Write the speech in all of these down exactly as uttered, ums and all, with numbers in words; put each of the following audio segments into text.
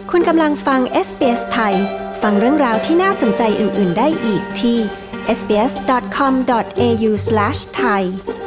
คุณกำลังฟัง เอส บี เอส ไทยฟังเรื่องราวที่น่าสนใจอื่นๆได้อีกที่ เอส บี เอส ดอท คอม ดอท เอ ยู สแลช ไทย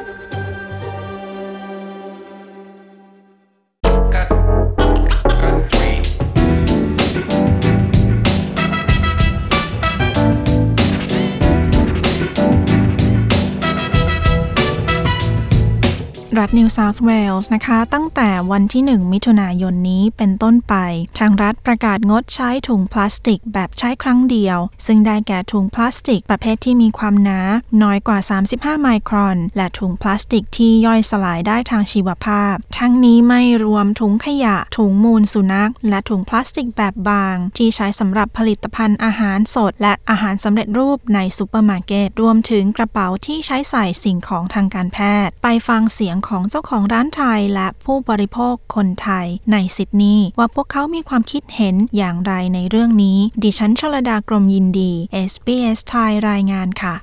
รัฐนิวเซาท์เวลส์นะคะตั้งแต่วันที่หนึ่งมิถุนายนนี้เป็นต้นไปทางรัฐประกาศงดใช้ถุงพลาสติกแบบใช้ครั้งเดียวซึ่งได้แก่ถุงพลาสติกประเภทที่มีความหนาน้อยกว่าสามสิบห้าไมครอนและถุงพลาสติกที่ย่อยสลายได้ทางชีวภาพทั้งนี้ไม่รวมถุงขยะถุงมูลสุนัขและถุงพลาสติกแบบบางที่ใช้สำหรับผลิตภัณฑ์อาหารสดและอาหารสำเร็จรูปในซูเปอร์มาร์เก็ตรวมถึงกระเป๋าที่ใช้ใส่สิ่งของทางการแพทย์ไปฟังเสียงของเจ้าของร้านไทยและผู้บริโภคคนไทยในซิดนีย์ว่าพวกเขามีความคิดเห็นอย่างไรในเรื่องนี้ดิฉันชลดากรมยินดี เอส บี เอส ไทยรายงานค่ะ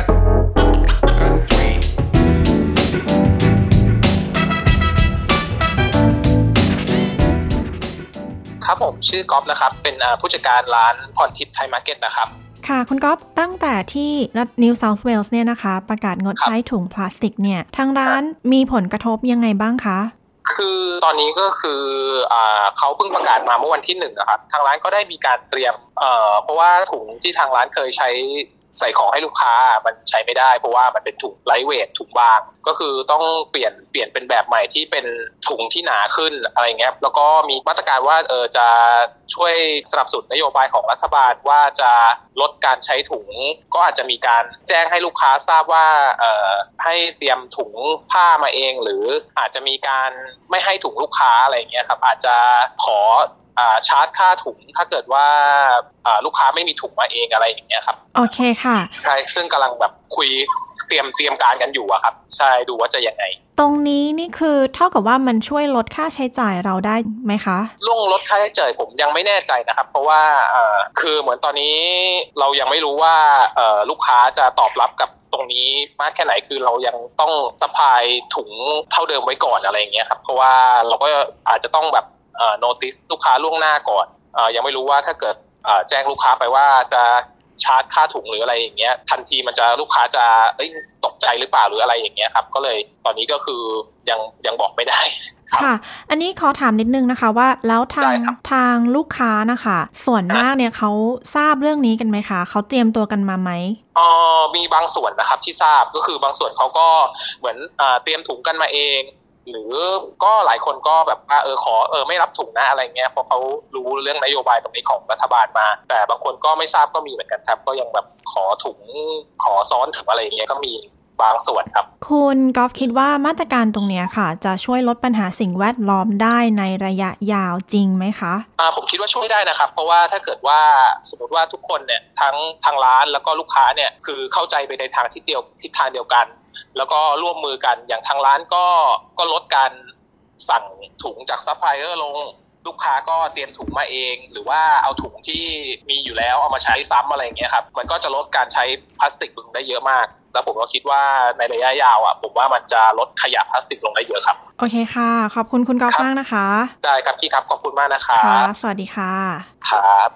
ครับผมชื่อก๊อฟนะครับเป็นผู้จัดการร้านพรทิพย์ไทยมาร์เก็ตนะครับค่ะคุณก๊อฟตั้งแต่ที่รัฐนิวเซาท์เวลส์เนี่ยนะคะประกาศงดใช้ถุงพลาสติกเนี่ยทางร้านมีผลกระทบยังไงบ้างคะคือตอนนี้ก็คืออ่าเขาเพิ่งประกาศมาเมื่อวันที่หนึ่งนะครับทางร้านก็ได้มีการเตรียมเอ่อเพราะว่าถุงที่ทางร้านเคยใช้ใส่ของให้ลูกค้ามันใช้ไม่ได้เพราะว่ามันเป็นถุงไลท์เวทถุงบางก็คือต้องเปลี่ยนเปลี่ยนเป็นแบบใหม่ที่เป็นถุงที่หนาขึ้นอะไรเงี้ยแล้วก็มีมาตรการว่าเออจะช่วยสนับสนุนนโยบายของรัฐบาลว่าจะลดการใช้ถุงก็อาจจะมีการแจ้งให้ลูกค้าทราบว่าเอ่อให้เตรียมถุงผ้ามาเองหรืออาจจะมีการไม่ให้ถุงลูกค้าอะไรเงี้ยครับอาจจะขออ่าชาร์จค่าถุงถ้าเกิดว่าอ่าลูกค้าไม่มีถุงมาเองอะไรอย่างเงี้ยครับโอเคค่ะใช่ซึ่งกำลังแบบคุยเตรียมเตรียมการกันอยู่อะครับใช่ดูว่าจะยังไงตรงนี้นี่คือเท่ากับว่ามันช่วยลดค่าใช้จ่ายเราได้ไหมคะลงลดค่าใช้จ่ายผมยังไม่แน่ใจนะครับเพราะว่าเอ่อคือเหมือนตอนนี้เรายังไม่รู้ว่าเอ่อลูกค้าจะตอบรับกับตรงนี้มากแค่ไหนคือเรายังต้องซัพพลายถุงเท่าเดิมไว้ก่อนอะไรอย่างเงี้ยครับเพราะว่าเราก็อาจจะต้องแบบเอ่อ notice ลูกค้าล่วงหน้าก่อนเอ่อยังไม่รู้ว่าถ้าเกิดเอ่อแจ้งลูกค้าไปว่าจะชาร์จค่าถุงหรืออะไรอย่างเงี้ยทันทีมันจะลูกค้าจะเอ้ยตกใจหรือเปล่าหรืออะไรอย่างเงี้ยครับก็เลยตอนนี้ก็คือยังยังบอกไม่ได้ค่ะอันนี้ขอถามนิดนึงนะคะว่าแล้วทางทางลูกค้านะคะส่วนมากเนี่ยเขาทราบเรื่องนี้กันไหมคะเขาเตรียมตัวกันมาไหมอ๋อมีบางส่วนนะครับที่ทราบก็คือบางส่วนเขาก็เหมือนอ่าเตรียมถุงกันมาเองหรือก็หลายคนก็แบบว่าเออขอเออไม่รับถุงนะอะไรเงี้ยเพราะเขารู้เรื่องนโยบายตรงนี้ของรัฐบาลมาแต่บางคนก็ไม่ทราบก็มีเหมือนกันครับก็ยังแบบขอถุงขอซ้อนถุงอะไรอย่างเงี้ยก็มีบางส่วนครับคุณกอล์ฟคิดว่ามาตรการตรงนี้ค่ะจะช่วยลดปัญหาสิ่งแวดล้อมได้ในระยะยาวจริงไหมคะอ่าผมคิดว่าช่วยได้นะครับเพราะว่าถ้าเกิดว่าสมมติว่าทุกคนเนี่ยทั้งทางร้านแล้วก็ลูกค้าเนี่ยคือเข้าใจไปในทางทิศเดียวทิศทางเดียวกันแล้วก็ร่วมมือกันอย่างทางร้านก็ก็ลดการสั่งถุงจากซัพพลายเออร์ลงลูกค้าก็เตรียมถุงมาเองหรือว่าเอาถุงที่มีอยู่แล้วเอามาใช้ซ้ำอะไรอย่างเงี้ยครับมันก็จะลดการใช้พลาสติกลงได้เยอะมากแล้วผมก็คิดว่าในระยะยาวอ่ะผมว่ามันจะลดขยะพลาสติกลงได้เยอะครับโอเคค่ะขอบคุณคุณกอล์ฟมากนะคะได้ครับพี่ครับขอบคุณมากนะครับครับสวัสดีค่ะครับ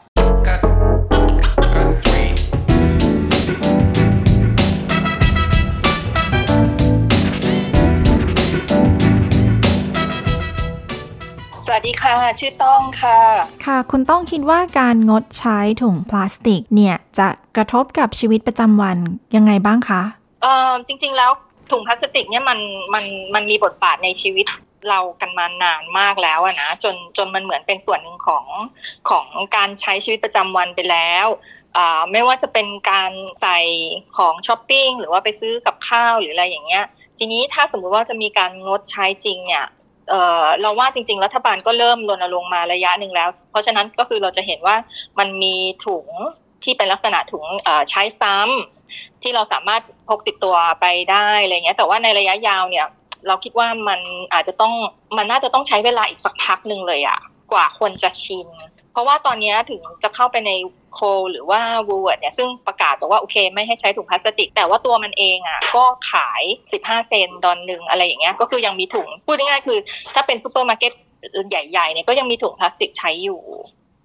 สวัสดีค่ะชื่อต้องค่ะค่ะคุณต้องคิดว่าการงดใช้ถุงพลาสติกเนี่ยจะกระทบกับชีวิตประจำวันยังไงบ้างคะเอ่อจริงๆแล้วถุงพลาสติกเนี่ยมันมันมันมีบทบาทในชีวิตเรากันมานานมากแล้วอะนะจนจนมันเหมือนเป็นส่วนหนึ่งของของการใช้ชีวิตประจำวันไปแล้วอ่าไม่ว่าจะเป็นการใส่ของช้อปปิ้งหรือว่าไปซื้อกับข้าวหรืออะไรอย่างเงี้ยทีนี้ถ้าสมมุติว่าจะมีการงดใช้จริงเนี่ยเอ่อเราว่าจริงๆรัฐบาลก็เริ่มรณรงค์มาระยะนึงแล้วเพราะฉะนั้นก็คือเราจะเห็นว่ามันมีถุงที่เป็นลักษณะถุงเอ่อใช้ซ้ำที่เราสามารถพกติดตัวไปได้อะไรเงี้ยแต่ว่าในระยะยาวเนี่ยเราคิดว่ามันอาจจะต้องมันน่าจะต้องใช้เวลาอีกสักพักนึงเลยอะกว่าคนจะชินเพราะว่าตอนนี้ถึงจะเข้าไปในโคหรือว่าวูเวิร์ดเนี่ยซึ่งประกาศบอกว่าโอเคไม่ให้ใช้ถุงพลาสติกแต่ว่าตัวมันเองอ่ะก็ขายสิบห้าเซนต์ดอลนึงอะไรอย่างเงี้ยก็คือยังมีถุงพูดง่ายๆคือถ้าเป็นซุปเปอร์มาร์เก็ตใหญ่ๆเนี่ยก็ยังมีถุงพลาสติกใช้อยู่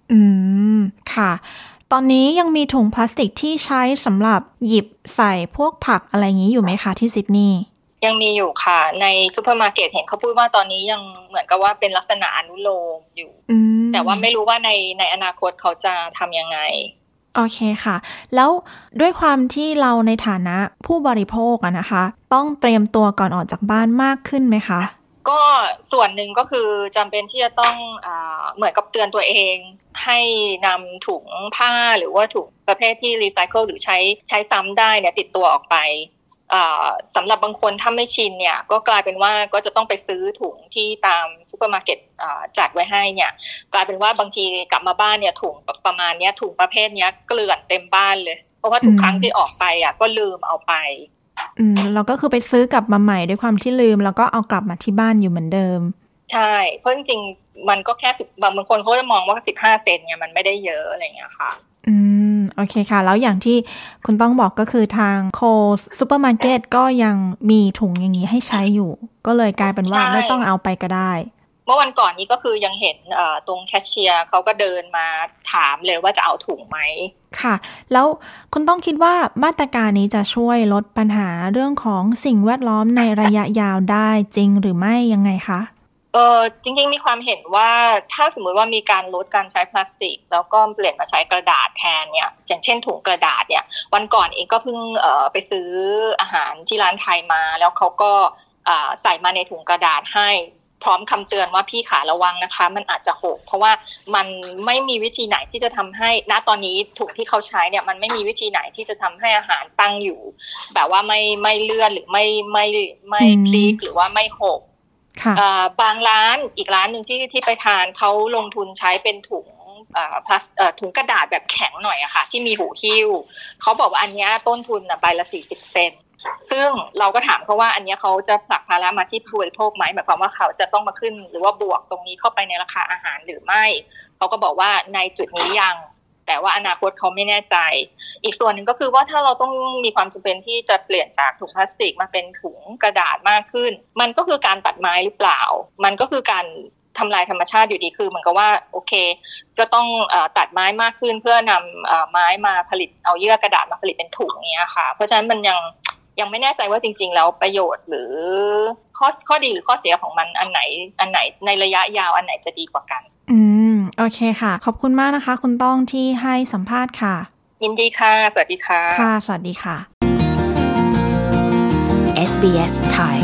อืมค่ะตอนนี้ยังมีถุงพลาสติกที่ใช้สำหรับหยิบใส่พวกผักอะไรอย่างนี้อยู่ไหมคะที่ซิดนีย์ยังมีอยู่ค่ะในซูเปอร์มาร์เก็ตเห็นเขาพูดว่าตอนนี้ยังเหมือนกับว่าเป็นลักษณะอนุโลมอยู่แต่ว่าไม่รู้ว่าในในอนาคตเขาจะทำยังไงโอเคค่ะแล้วด้วยความที่เราในฐานะผู้บริโภคอะนะคะต้องเตรียมตัวก่อนออกจากบ้านมากขึ้นไหมคะก็ส่วนหนึ่งก็คือจำเป็นที่จะต้องอ่าเหมือนกับเตือนตัวเองให้นำถุงผ้าหรือว่าถุงประเภทที่รีไซเคิลหรือใช้ใช้ซ้ำได้เนี่ยติดตัวออกไปสำหรับบางคนถ้าไม่ชินเนี่ยก็กลายเป็นว่าก็จะต้องไปซื้อถุงที่ตามซูเปอร์มาร์เก็ตจัดไว้ให้เนี่ยกลายเป็นว่าบางทีกลับมาบ้านเนี่ยถุงประมาณนี้ถุงประเภทนี้เกลื่อนเต็มบ้านเลยเพราะว่าทุกครั้งที่ออกไปอ่ะก็ลืมเอาไปอืมเราก็คือไปซื้อกลับมาใหม่ด้วยความที่ลืมแล้วก็เอากลับมาที่บ้านอยู่เหมือนเดิมใช่เพราะจริงๆมันก็แค่สิบบางคนเขาจะมองว่าสิบห้าเซนเนี่ยมันไม่ได้เยอะอะไรอย่างเงี้ยค่ะอืมโอเคค่ะแล้วอย่างที่คุณต้องบอกก็คือทางโคซูเปอร์มาร์เก็ตก็ยังมีถุงอย่างนี้ให้ใช้อยู่ก็เลยกลายเป็นว่าไม่ต้องเอาไปก็ได้เมื่อวันก่อนนี้ก็คือยังเห็นตรงแคชเชียร์เขาก็เดินมาถามเลยว่าจะเอาถุงไหมค่ะแล้วคุณต้องคิดว่ามาตรการนี้จะช่วยลดปัญหาเรื่องของสิ่งแวดล้อมในระยะยาวได้จริงหรือไม่ยังไงคะเออจริงๆมีความเห็นว่าถ้าสมมุติว่ามีการลดการใช้พลาสติกแล้วก็เปลี่ยนมาใช้กระดาษแทนเนี่ยอย่างเช่นถุงกระดาษเนี่ยวันก่อนเองก็เพิ่งเอ่อไปซื้ออาหารที่ร้านไทยมาแล้วเขาก็อ่าใส่มาในถุงกระดาษให้พร้อมคำเตือนว่าพี่ขาระวังนะคะมันอาจจะหกเพราะว่ามันไม่มีวิธีไหนที่จะทำให้ณตอนนี้ถุงที่เขาใช้เนี่ยมันไม่มีวิธีไหนที่จะทำให้อาหารตั้งอยู่แบบว่าไม่ไม่เลื่อนหรือไม่ไม่ไม่พลิกหรือว่าไม่หกบางร้านอีกร้านหนึ่งที่ที่ไปทานเขาลงทุนใช้เป็นถุงพลาสถุงกระดาษแบบแข็งหน่อยอะค่ะที่มีหูหิ้วเขาบอกว่าอันนี้ต้นทุนใบละสี่สิบเซนต์ซึ่งเราก็ถามเขาว่าอันนี้เขาจะผลักภาระมาที่ผู้บริโภคไหมหมายความว่าเขาจะต้องมาขึ้นหรือว่าบวกตรงนี้เข้าไปในราคาอาหารหรือไม่เขาก็บอกว่าในจุดนี้ยังแต่ว่าอนาคตเขาไม่แน่ใจอีกส่วนหนึ่งก็คือว่าถ้าเราต้องมีความจำเป็นที่จะเปลี่ยนจากถุงพลาสติกมาเป็นถุงกระดาษมากขึ้นมันก็คือการตัดไม้หรือเปล่ามันก็คือการทำลายธรรมชาติอยู่ดีคือเหมือนกับว่าโอเคก็ต้องเอ่อตัดไม้มากขึ้นเพื่อนำเอ่อไม้มาผลิตเอาเยื่อกระดาษมาผลิตเป็นถุงเนี้ยค่ะเพราะฉะนั้นมันยังยังไม่แน่ใจว่าจริงๆแล้วประโยชน์หรือข้อข้อดีหรือข้อเสียของมันอันไหนอันไหนในระยะยาวอันไหนจะดีกว่ากันอืมโอเคค่ะขอบคุณมากนะคะคุณต้องที่ให้สัมภาษณ์ค่ะยินดีค่ะสวัสดีค่ะค่ะสวัสดีค่ะเอส บี เอส ไทย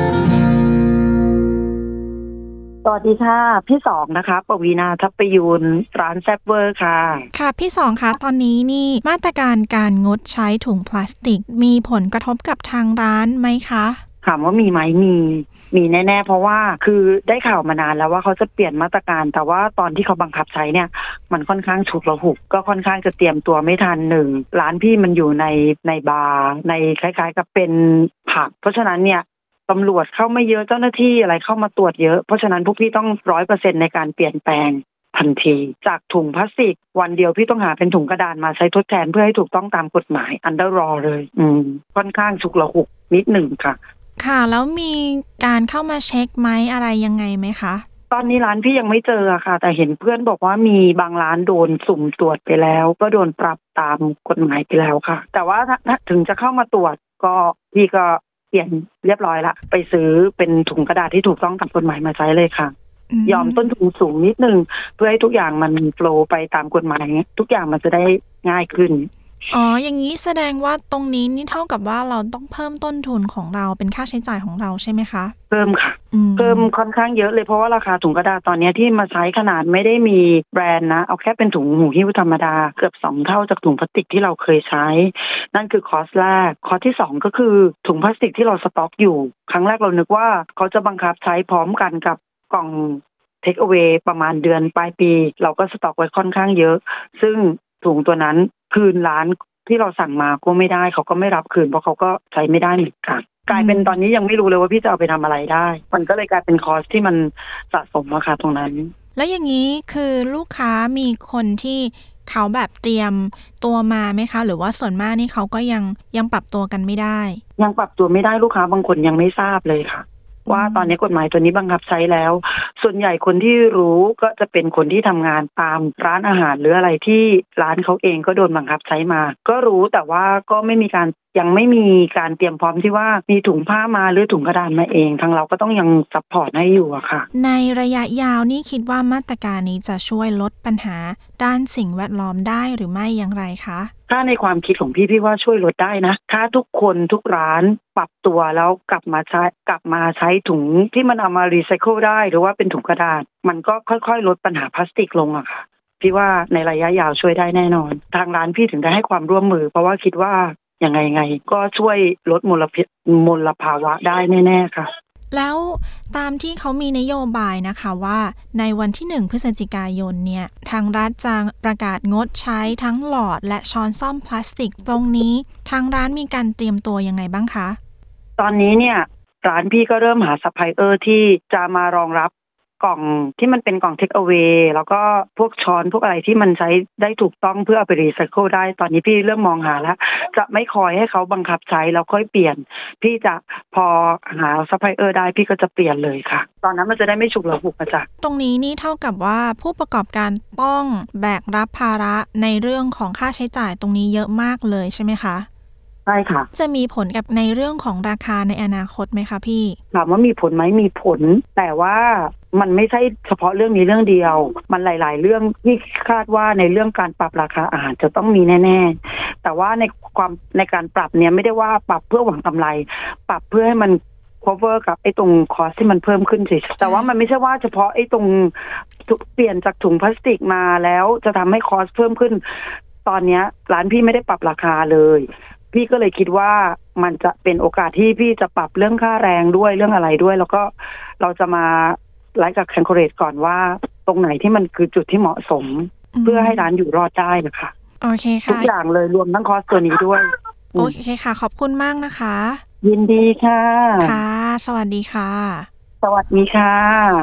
สวัสดีค่ะพี่สองนะคะปวีณาทัพประยูนร้านแซ่บเวอร์ค่ะค่ะพี่สองคะตอนนี้นี่มาตรการการงดใช้ถุงพลาสติกมีผลกระทบกับทางร้านไหมคะถามว่ามีไหมมีมีแน่ๆเพราะว่าคือได้ข่าวมานานแล้วว่าเขาจะเปลี่ยนมาตรการแต่ว่าตอนที่เขาบังคับใช้เนี่ยมันค่อนข้างฉุกละหุกก็ค่อนข้างจะเตรียมตัวไม่ทันหนึ่งร้านพี่มันอยู่ในในบาร์ในคล้ายๆกับเป็นผับเพราะฉะนั้นเนี่ยตำรวจเข้าไม่เยอะเจ้าหน้าที่อะไรเข้ามาตรวจเยอะเพราะฉะนั้นพวกพี่ต้อง ร้อยเปอร์เซ็นต์ ในการเปลี่ยนแปลงทันทีจากถุงพลาสติกวันเดียวพี่ต้องหาเป็นถุงกระดาษมาใช้ทดแทนเพื่อให้ถูกต้องตามกฎหมาย under law เลยอืมค่อนข้างฉุกละหุกนิดหนึ่งค่ะค่ะแล้วมีการเข้ามาเช็คไหมอะไรยังไงไหมคะตอนนี้ร้านพี่ยังไม่เจอค่ะแต่เห็นเพื่อนบอกว่ามีบางร้านโดนสุ่มตรวจไปแล้วก็โดนปรับตามกฎหมายไปแล้วค่ะแต่ว่าถ้าถึงจะเข้ามาตรวจก็พี่ก็เปลี่ยนเรียบร้อยละไปซื้อเป็นถุงกระดาษที่ถูกต้องตามกฎหมายมาใช้เลยค่ะยอมต้นทุนสูงนิดนึงเพื่อให้ทุกอย่างมันโฟลว์ไปตามกฎหมายทุกอย่างมันจะได้ง่ายขึ้นอ๋ออย่างนี้แสดงว่าตรงนี้นี่เท่ากับว่าเราต้องเพิ่มต้นทุนของเราเป็นค่าใช้จ่ายของเราใช่ไหมคะเพิ่มค่ะเพิ่มค่อนข้างเยอะเลยเพราะว่าราคาถุงกระดาษตอนนี้ที่มาใช้ขนาดไม่ได้มีแบรนด์นะเอาแค่เป็นถุงหูหิ้วธรรมดาเกือบสองเท่าจากถุงพลาสติกที่เราเคยใช้นั่นคือคอสแรกคอสที่สองก็คือถุงพลาสติกที่เราสต็อกอยู่ครั้งแรกเรานึกว่าเขาจะบังคับใช้พร้อมกันกับกล่องเทคเอาเวย์ประมาณเดือนปลายปีเราก็สต็อกไว้ค่อนข้างเยอะซึ่งถุงตัวนั้นคืนร้านที่เราสั่งมาก็ไม่ได้เขาก็ไม่รับคืนเพราะเขาก็ใช้ไม่ได้เหมือนกันกลายเป็นตอนนี้ยังไม่รู้เลยว่าพี่จะเอาไปทำอะไรได้มันก็เลยกลายเป็นคอสที่มันสะสมอะค่ะตรงนั้นแล้วอย่างนี้คือลูกค้ามีคนที่เขาแบบเตรียมตัวมาไหมคะหรือว่าส่วนมากนี่เขาก็ยังยังปรับตัวกันไม่ได้ยังปรับตัวไม่ได้ลูกค้าบางคนยังไม่ทราบเลยค่ะว่าตอนนี้กฎหมายตัวนี้บังคับใช้แล้วส่วนใหญ่คนที่รู้ก็จะเป็นคนที่ทำงานตามร้านอาหารหรืออะไรที่ร้านเขาเองก็โดนบังคับใช้มาก็รู้แต่ว่าก็ไม่มีการยังไม่มีการเตรียมพร้อมที่ว่ามีถุงผ้ามาหรือถุงกระดาษมาเองทางเราก็ต้องยังซัพพอร์ตให้อยู่อะค่ะในระยะยาวนี่คิดว่ามาตรการนี้จะช่วยลดปัญหาด้านสิ่งแวดล้อมได้หรือไม่อย่างไรคะถ้าในความคิดของพี่พี่ว่าช่วยลดได้นะถ้าทุกคนทุกร้านปรับตัวแล้วกลับมาใช้กลับมาใช้ถุงที่มันเอามารีไซเคิลได้หรือว่าเป็นถุงกระดาษมันก็ค่อยๆลดปัญหาพลาสติกลงอะค่ะพี่ว่าในระยะยาวช่วยได้แน่นอนทางร้านพี่ถึงได้ให้ความร่วมมือเพราะว่าคิดว่ายังไงไงก็ช่วยลดมลพิษมลภาวะได้แน่ๆค่ะแล้วตามที่เขามีนโยบายนะคะว่าในวันที่หนึ่งพฤศจิกายนเนี่ยทางรัฐจะประกาศงดใช้ทั้งหลอดและช้อนส้อมพลาสติกตรงนี้ทางร้านมีการเตรียมตัวยังไงบ้างคะตอนนี้เนี่ยร้านพี่ก็เริ่มหาซัพพลายเออร์ที่จะมารองรับกล่องที่มันเป็นกล่องเทคเอา a y แล้วก็พวกช้อนพวกอะไรที่มันใช้ได้ถูกต้องเพื่อเอาไปรีไซเคิลได้ตอนนี้พี่เริ่มมองหาแล้วจะไม่คอยให้เขาบังคับใช้แล้วค่อยเปลี่ยนพี่จะพอหาซัพพลายเออร์ได้พี่ก็จะเปลี่ยนเลยค่ะตอนนั้นมันจะได้ไม่ฉุกละหุกกระจักตรงนี้นี่เท่ากับว่าผู้ประกอบการต้องแบกรับภาระในเรื่องของค่าใช้จ่ายตรงนี้เยอะมากเลยใช่ไหมคะใช่ค่ะจะมีผลกับในเรื่องของราคาในอนาคตไหมคะพี่ถามว่ามีผลไหมมีผลแต่ว่ามันไม่ใช่เฉพาะเรื่องนี้เรื่องเดียวมันหลายๆเรื่องที่คาดว่าในเรื่องการปรับราคาอาหารจะต้องมีแน่ๆแต่ว่าในความในการปรับเนี้ยไม่ได้ว่าปรับเพื่อหวังกำไรปรับเพื่อให้มัน cover กับไอ้ตรงคอสที่มันเพิ่มขึ้นเฉยๆแต่ว่ามันไม่ใช่ว่าเฉพาะไอ้ตรงเปลี่ยนจากถุงพลาสติกมาแล้วจะทำให้คอสเพิ่มขึ้นตอนนี้ร้านพี่ไม่ได้ปรับราคาเลยพี่ก็เลยคิดว่ามันจะเป็นโอกาสที่พี่จะปรับเรื่องค่าแรงด้วยเรื่องอะไรด้วยแล้วก็เราจะมาไลฟ์กับแคนโคเรตก่อนว่าตรงไหนที่มันคือจุดที่เหมาะสมเพื่อให้ร้านอยู่รอดได้นะคะโอเคค่ะทุกอย่างเลยรวมทั้งคอสตัวนี้ด้วยโอเคค่ะขอบคุณมากนะคะยินดีค่ะค่ะสวัสดีค่ะสวัสดีค่ะ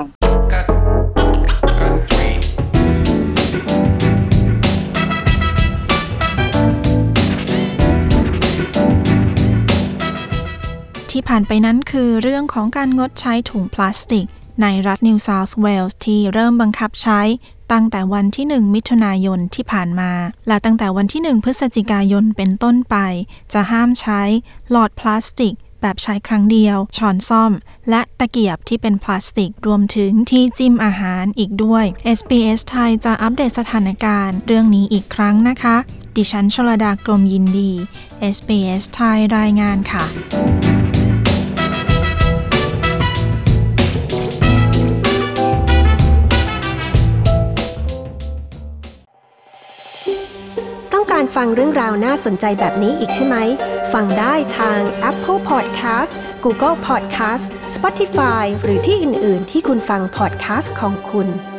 ที่ผ่านไปนั้นคือเรื่องของการงดใช้ถุงพลาสติกในรัฐนิวเซาท์เวลส์ที่เริ่มบังคับใช้ตั้งแต่วันที่หนึ่งมิถุนายนที่ผ่านมาและตั้งแต่วันที่หนึ่งพฤศจิกายนเป็นต้นไปจะห้ามใช้หลอดพลาสติกแบบใช้ครั้งเดียวช้อนส้อมและตะเกียบที่เป็นพลาสติกรวมถึงที่จิ้มอาหารอีกด้วย เอส บี เอส ไทยจะอัปเดตสถานการณ์เรื่องนี้อีกครั้งนะคะดิฉันชลดากรมยินดี เอส บี เอส ไทยรายงานค่ะต้องการฟังเรื่องราวน่าสนใจแบบนี้อีกใช่ไหมฟังได้ทาง Apple Podcast Google Podcast Spotify หรือที่อื่นๆที่คุณฟัง podcast ของคุณ